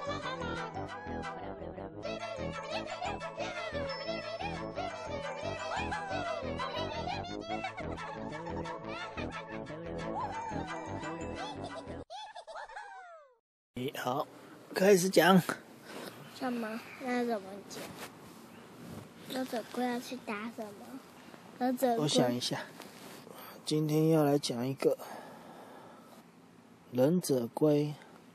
好，开始讲。 什么？那怎么讲？忍者龟要去打什么？忍者龟， 我想一下，今天要来讲一个忍者龟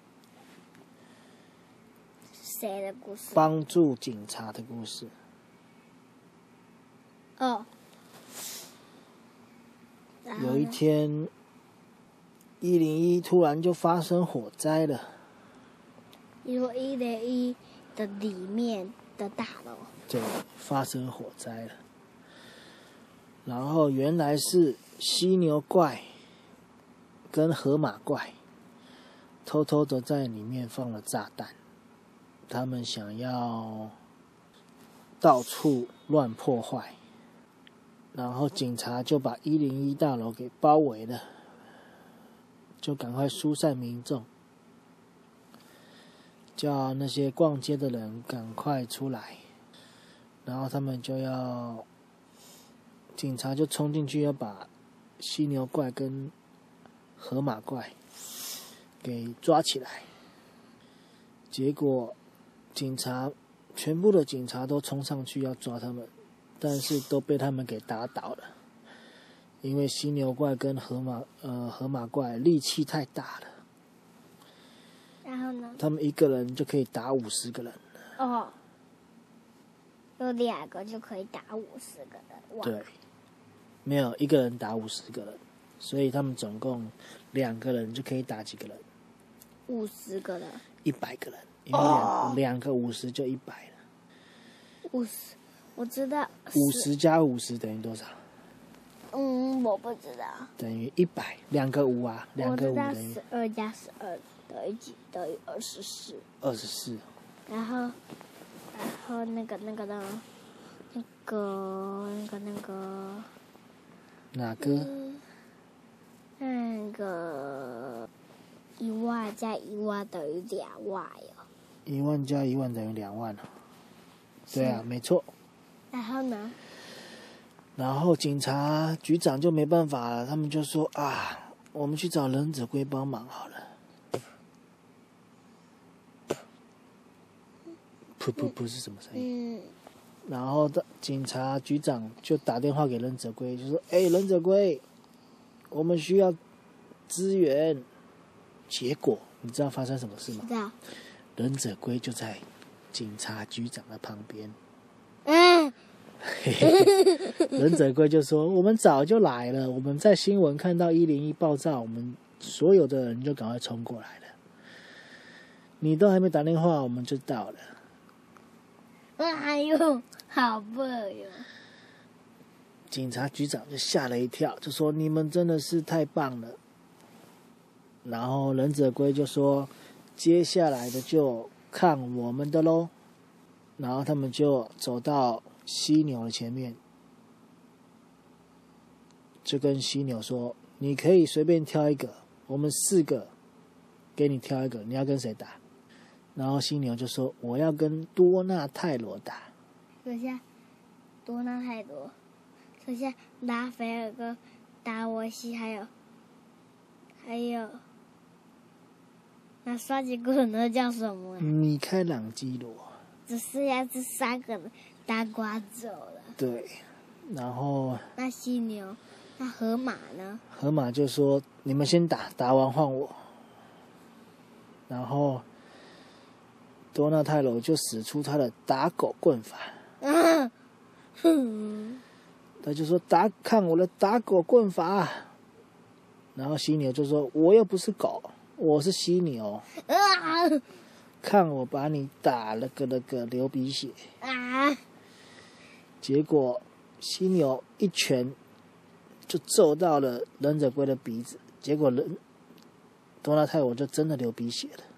谁的故事？ 帮助警察的故事。 哦。 有一天，101突然就发生火灾了。 你说101的里面的大楼？ 对，发生火灾了。然后原来是犀牛怪跟河马怪偷偷的在里面放了炸弹，他们想要到处乱破坏，然后警察就把101大楼给包围了，就赶快疏散民众，叫那些逛街的人赶快出来，然后他们就要，警察就冲进去要把犀牛怪跟河马怪给抓起来。结果全部的警察都冲上去要抓他们，但是都被他们给打倒了，因为犀牛怪跟河马怪力气太大了。 然后呢？ 他们一个人就可以打50个人。 哦，有2个就可以打50个人。哇。 对，没有一个人打50个人，所以他们总共2个人就可以打几个人 ？50个人。 100个人，因为两个50就100了。 50，我知道。 50加50等于多少？ 我不知道。 等于100，2个5啊，2个5等于 12加12等于几？等于24。 24。 然后那个哪个？ 那个1万加1万等于2万哟。 1万加1万等于2万哦。对啊，没错。 然后呢？ 然后警察局长就没办法了，他们就说啊，我们去找忍者龟帮忙好了。噗噗噗是什么声音？然后警察局长就打电话给忍者龟，就说：“忍者龟，我们需要支援。”结果你知道发生什么事吗？ 知道。 忍者龟就在警察局长的旁边。忍者龟就说：“我们早就来了，我们在新闻看到101爆炸，我们所有的人就赶快冲过来了。你都还没打电话，我们就到了。” 哎呦，好笨哟！ 警察局长就吓了一跳，就说：“你们真的是太棒了。”然后忍者龟就说：“接下来的就看我们的咯。”然后他们就走到犀牛的前面，就跟犀牛说：“你可以随便挑一个，我们4个给你挑一个，你要跟谁打？”然后犀牛就说：“我要跟多纳泰罗打。” 等一下，多纳泰罗，等一下，拉斐尔跟达维西，还有，那刷吉古那叫什么？ 米开朗基罗。 只剩下这3个人打瓜走了。 对，然后那犀牛，那河马呢？ 河马就说：“你们先打，打完换我。”然后多纳泰罗就使出他的打狗棍法。他就说：“看我的打狗棍法。”然后犀牛就说：“我又不是狗，我是犀牛。”看我把你打了个流鼻血。结果犀牛一拳就揍到了忍者龟的鼻子，结果多纳泰罗就真的流鼻血了。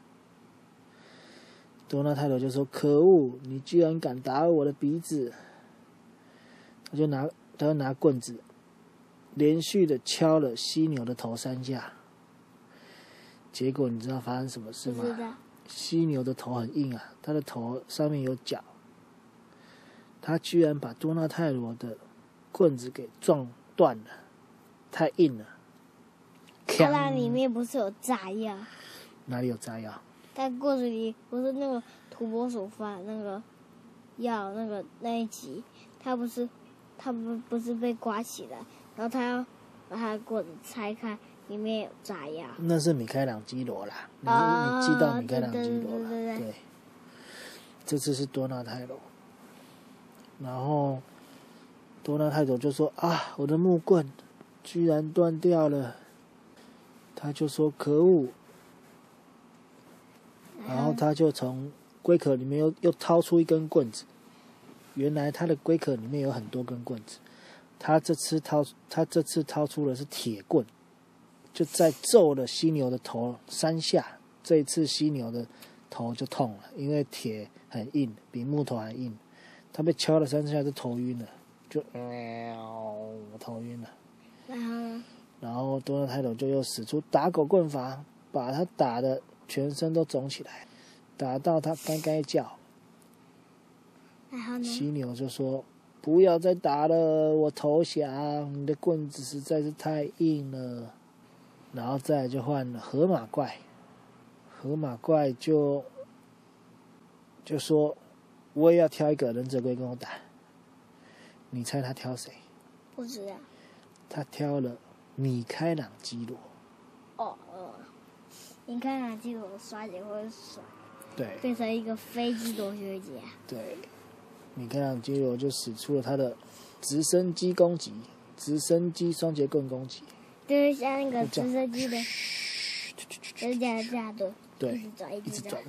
多纳泰罗就说：“可恶，你居然敢打我的鼻子！”他就拿棍子连续的敲了犀牛的头3下。结果你知道发生什么事吗？ 不知道。 犀牛的头很硬啊，它的头上面有角，它居然把多纳泰罗的棍子给撞断了，太硬了。 它里面不是有炸药？ 哪里有炸药？ 在棍子里不是那个土拨鼠发那个药那一集，他不是被刮起来，然后他要把他的棍子拆开，里面有炸药。 那是米开朗基罗啦，你记到米开朗基罗了？对，这次是多纳泰罗，然后多纳泰罗就说啊，我的木棍居然断掉了，他就说可恶。然后他就从龟壳里面又掏出一根棍子，原来他的龟壳里面有很多根棍子，他这次掏出的是铁棍，就在揍了犀牛的头3下，这一次犀牛的头就痛了，因为铁很硬，比木头还硬，他被敲了3下就头晕了，就头晕了。然后多纳泰罗就又使出打狗棍法，把他打的全身都肿起来，打到他该该叫。 然后呢？ 犀牛就说：“不要再打了，我投降，你的棍子实在是太硬了。”然后再来就换了河马怪，河马怪就说：“我也要挑一个忍者龟跟我打。”你猜他挑谁？ 不知道。 他挑了米开朗基罗。 米开朗基罗刷姐会甩， 对， 变成一个飞机螺旋桨。 对，米开朗基罗就使出了他的直升机攻击，直升机双节棍攻击， 就是像那个直升机的，就是这样对， 一直转，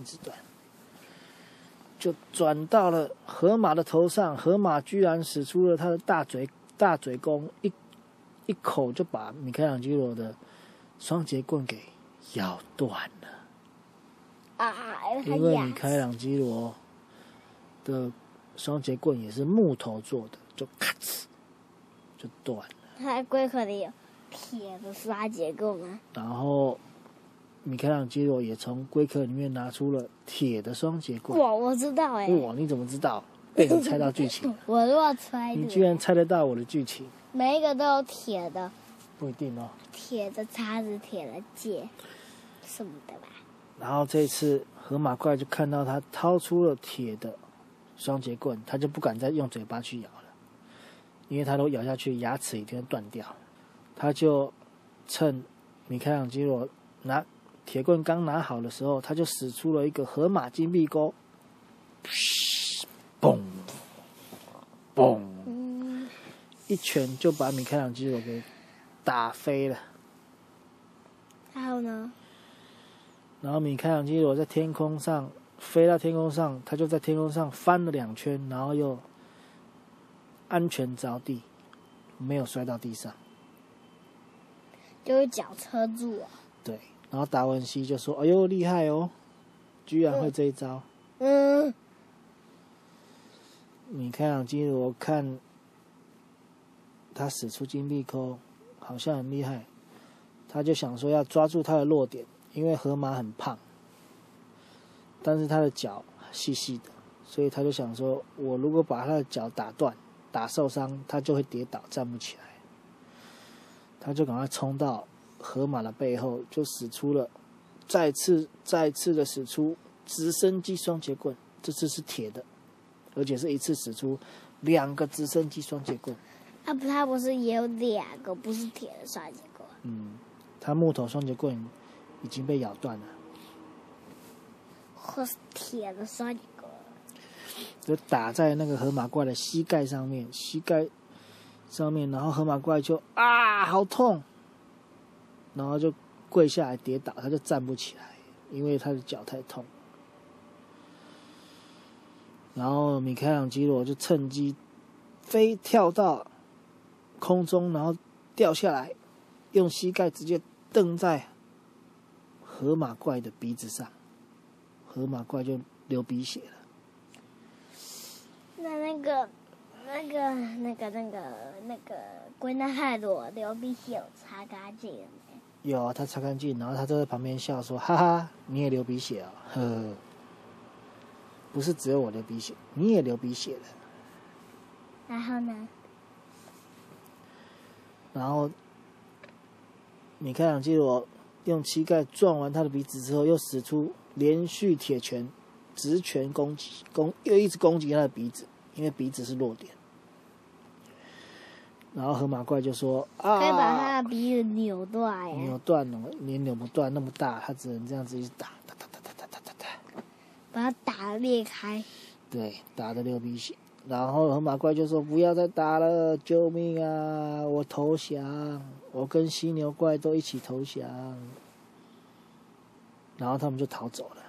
就转到了河马的头上，河马居然使出了他的大嘴功，一口就把米开朗基罗的双节棍给咬断了。因为米开朗基罗的双节棍也是木头做的，就咔哧就断了。 它的龟壳里有铁的刷节棍吗？ 然后米开朗基罗也从龟壳里面拿出了铁的双节棍。 哇，我知道哎！ 哇，你怎么知道？被你猜到剧情。 我乱猜的。 你居然猜得到我的剧情？ 每一个都有铁的。 不一定哦。 铁的叉子、铁的剑什么的吧。 然后这次河马怪就看到他掏出了铁的双节棍，他就不敢再用嘴巴去咬了，因为他都咬下去，牙齿一定会断掉。他就趁米开朗基罗拿铁棍刚拿好的时候，他就使出了一个河马金臂钩，嘣嘣，一拳就把米开朗基罗给打飞了。 还有呢？ 然后米开朗基罗在天空上飞到天空上，他就在天空上翻了2圈，然后又安全着地，没有摔到地上， 就是脚车住啊。 对，然后达文西就说：“哎呦，厉害哦，居然会这一招。”米开朗基罗看他使出金臂钩，好像很厉害，他就想说要抓住他的弱点。因为河马很胖，但是他的脚细细的，所以他就想说，我如果把他的脚打断、打受伤，他就会跌倒，站不起来。他就赶快冲到河马的背后，就使出了再次的使出直升机双节棍，这次是铁的，而且是一次使出2个直升机双节棍。 他不是也有2个不是铁的双节棍？ 他木头双节棍已经被咬断了， 或是铁的双节棍， 就打在那个河马怪的膝盖上面，然后河马怪就好痛，然后就跪下来跌倒，他就站不起来，因为他的脚太痛。然后米开朗基罗就趁机跳到空中，然后掉下来，用膝盖直接蹬在河马怪的鼻子上，河马怪就流鼻血了。 那个龟纳泰罗流鼻血有擦干净了没？ 有啊，他擦干净，然后他就在旁边笑说：“哈哈，你也流鼻血啊、哦？呵呵，不是只有我流鼻血，你也流鼻血了。” 然后呢？ 然后米开朗基罗用膝盖撞完他的鼻子之后，又使出连续铁拳、直拳又一直攻击他的鼻子，因为鼻子是弱点。然后河马怪就说：“啊， 可以把他的鼻子扭断呀！ 扭断了，也扭不断，那么大，他只能这样子一直打， 把它打裂开。 对，打得流鼻血。然后河马怪就说：不要再打了，救命啊！我投降，我跟犀牛怪都一起投降。然后他们就逃走了。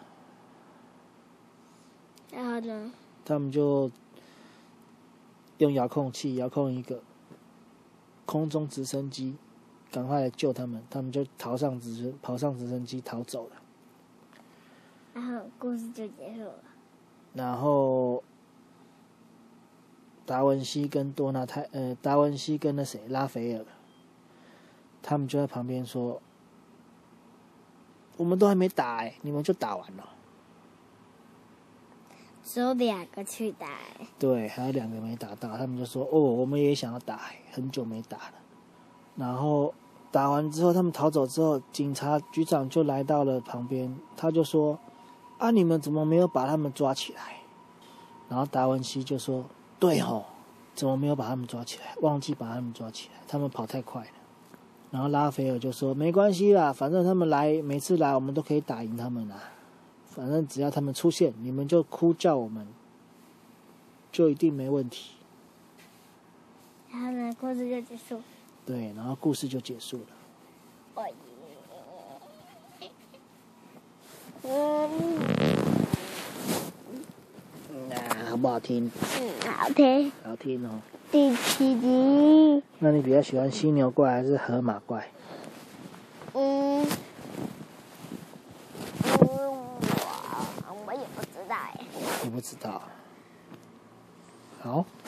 然后呢？ 他们就用遥控器遥控一个空中直升机，赶快来救他们。他们就跑上直升机逃走了。 然后故事就结束了。 然后达文西跟达文西跟那谁拉斐尔，他们就在旁边说：“我们都还没打你们就打完了。” 只有2个去打对，还有2个没打到，他们就说：“哦，我们也想要打很久没打了。”然后打完之后，他们逃走之后，警察局长就来到了旁边，他就说：“啊，你们怎么没有把他们抓起来？”然后达文西就说：“对吼，怎么没有把他们抓起来？忘记把他们抓起来，他们跑太快了。”然后拉斐尔就说：“没关系啦，反正他们每次来我们都可以打赢他们啦。反正只要他们出现，你们就哭叫我们，就一定没问题。” 然后呢，故事就结束。 对，然后故事就结束了。好不好听？ 好听。 好听哦。 第7集。 那你比较喜欢犀牛怪还是河马怪？ 我也不知道你不知道。好。